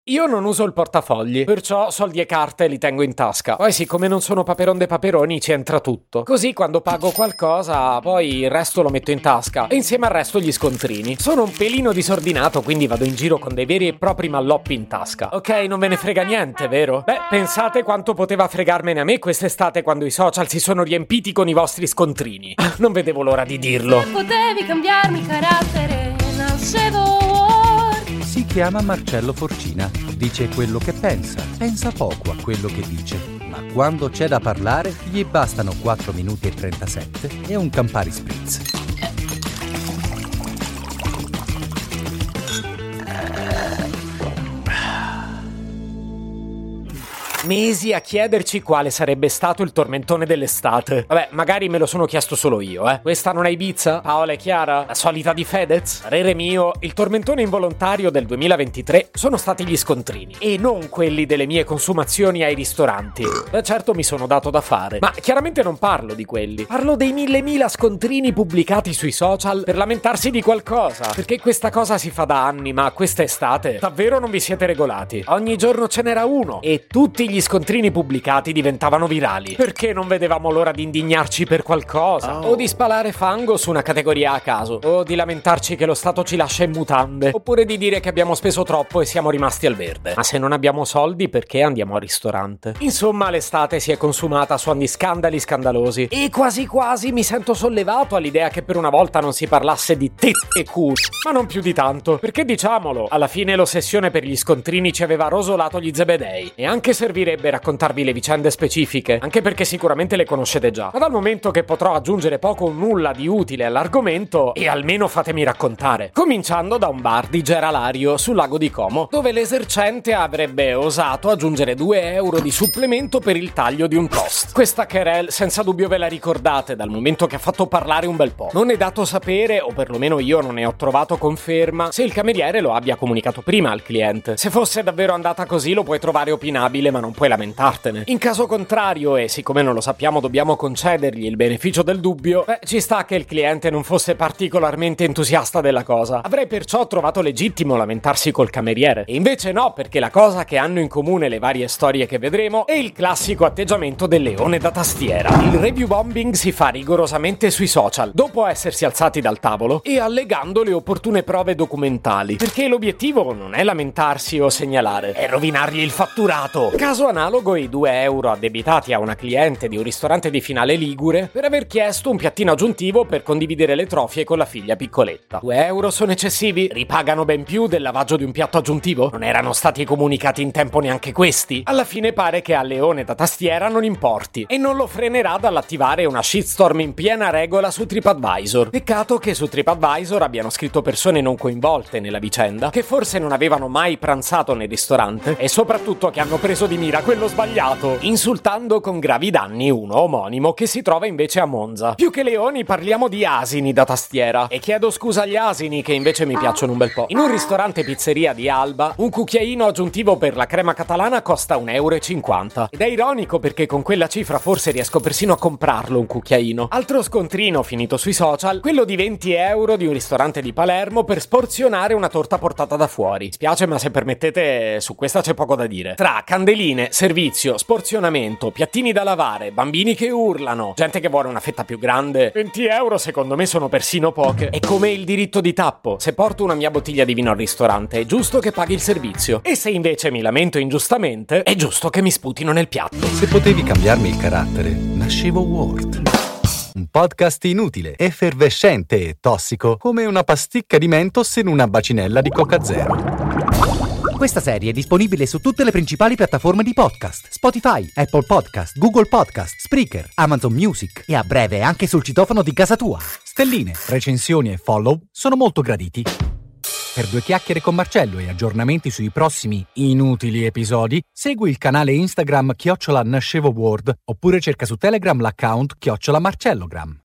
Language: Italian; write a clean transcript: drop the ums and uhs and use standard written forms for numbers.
Io non uso il portafogli, perciò soldi e carte li tengo in tasca. Poi siccome non sono Paperon de Paperoni ci entra tutto. Così quando pago qualcosa, poi il resto lo metto in tasca e insieme al resto gli scontrini. Sono un pelino disordinato, quindi vado in giro con dei veri e propri malloppi in tasca. Ok, non ve ne frega niente, vero? Beh, pensate quanto poteva fregarmene a me quest'estate quando i social si sono riempiti con i vostri scontrini. Non vedevo l'ora di dirlo. Potevi cambiarmi carattere, nascevo. Si chiama Marcello Forcina, dice quello che pensa poco a quello che dice, ma quando c'è da parlare gli bastano 4 minuti e 37 e un Campari Spritz. Mesi a chiederci quale sarebbe stato il tormentone dell'estate. Vabbè, magari me lo sono chiesto solo io, Questa non è Ibiza? Paola e Chiara? La solita di Fedez? Parere mio, il tormentone involontario del 2023 sono stati gli scontrini e non quelli delle mie consumazioni ai ristoranti. Beh, certo mi sono dato da fare, ma chiaramente non parlo di quelli. Parlo dei mille scontrini pubblicati sui social per lamentarsi di qualcosa, perché questa cosa si fa da anni, ma quest'estate davvero non vi siete regolati. Ogni giorno ce n'era uno e tutti gli scontrini pubblicati diventavano virali. Perché non vedevamo l'ora di indignarci per qualcosa, o di spalare fango su una categoria a caso, o di lamentarci che lo Stato ci lascia in mutande, oppure di dire che abbiamo speso troppo e siamo rimasti al verde. Ma se non abbiamo soldi, perché andiamo al ristorante? Insomma, l'estate si è consumata su ogni scandali scandalosi e quasi quasi mi sento sollevato all'idea che per una volta non si parlasse di tette e culo, ma non più di tanto, perché diciamolo, alla fine l'ossessione per gli scontrini ci aveva rosolato gli zebedei, e anche servirebbe raccontarvi le vicende specifiche, anche perché sicuramente le conoscete già, ma dal momento che potrò aggiungere poco o nulla di utile all'argomento, e almeno fatemi raccontare, cominciando da un bar di Geralario sul lago di Como, dove l'esercente avrebbe osato aggiungere 2 euro di supplemento per il taglio di un toast. Questa querel senza dubbio ve la ricordate, dal momento che ha fatto parlare un bel po'. Non è dato sapere, o perlomeno io non ne ho trovato conferma, se il cameriere lo abbia comunicato prima al cliente. Se fosse davvero andata così lo puoi trovare opinabile, ma non puoi lamentartene. In caso contrario, e siccome non lo sappiamo dobbiamo concedergli il beneficio del dubbio, ci sta che il cliente non fosse particolarmente entusiasta della cosa. Avrei perciò trovato legittimo lamentarsi col cameriere. E invece no, perché la cosa che hanno in comune le varie storie che vedremo è il classico atteggiamento del leone da tastiera. Il review bombing si fa rigorosamente sui social, dopo essersi alzati dal tavolo e allegando le opportune prove documentali. Perché l'obiettivo non è lamentarsi o segnalare, è rovinargli il fatturato. Caso analogo i 2 euro addebitati a una cliente di un ristorante di Finale Ligure per aver chiesto un piattino aggiuntivo per condividere le trofie con la figlia piccoletta. 2 euro sono eccessivi? Ripagano ben più del lavaggio di un piatto aggiuntivo? Non erano stati comunicati in tempo neanche questi? Alla fine pare che al leone da tastiera non importi e non lo frenerà dall'attivare una shitstorm in piena regola su TripAdvisor. Peccato che su TripAdvisor abbiano scritto persone non coinvolte nella vicenda, che forse non avevano mai pranzato nel ristorante e soprattutto che hanno preso di mira quello sbagliato, insultando con gravi danni uno omonimo che si trova invece a Monza. Più che leoni parliamo di asini da tastiera, e chiedo scusa agli asini che invece mi piacciono un bel po'. In un ristorante pizzeria di Alba un cucchiaino aggiuntivo per la crema catalana costa 1,50 euro ed è ironico perché con quella cifra forse riesco persino a comprarlo un cucchiaino. Altro scontrino finito sui social, quello di 20 euro di un ristorante di Palermo per sporzionare una torta portata da fuori. Spiace, ma se permettete su questa c'è poco da dire. Tra candeline, servizio, sporzionamento, piattini da lavare, bambini che urlano, gente che vuole una fetta più grande, 20 euro secondo me sono persino poche. È come il diritto di tappo: se porto una mia bottiglia di vino al ristorante è giusto che paghi il servizio, e se invece mi lamento ingiustamente è giusto che mi sputino nel piatto. Se potevi cambiarmi il carattere, nascevo Word. Un podcast inutile, effervescente e tossico, come una pasticca di Mentos in una bacinella di Coca Zero. Questa serie è disponibile su tutte le principali piattaforme di podcast: Spotify, Apple Podcast, Google Podcast, Spreaker, Amazon Music e a breve anche sul citofono di casa tua. Stelline, recensioni e follow sono molto graditi. Per 2 chiacchiere con Marcello e aggiornamenti sui prossimi inutili episodi, segui il canale Instagram @NascevoWord oppure cerca su Telegram l'account @MarcelloGram.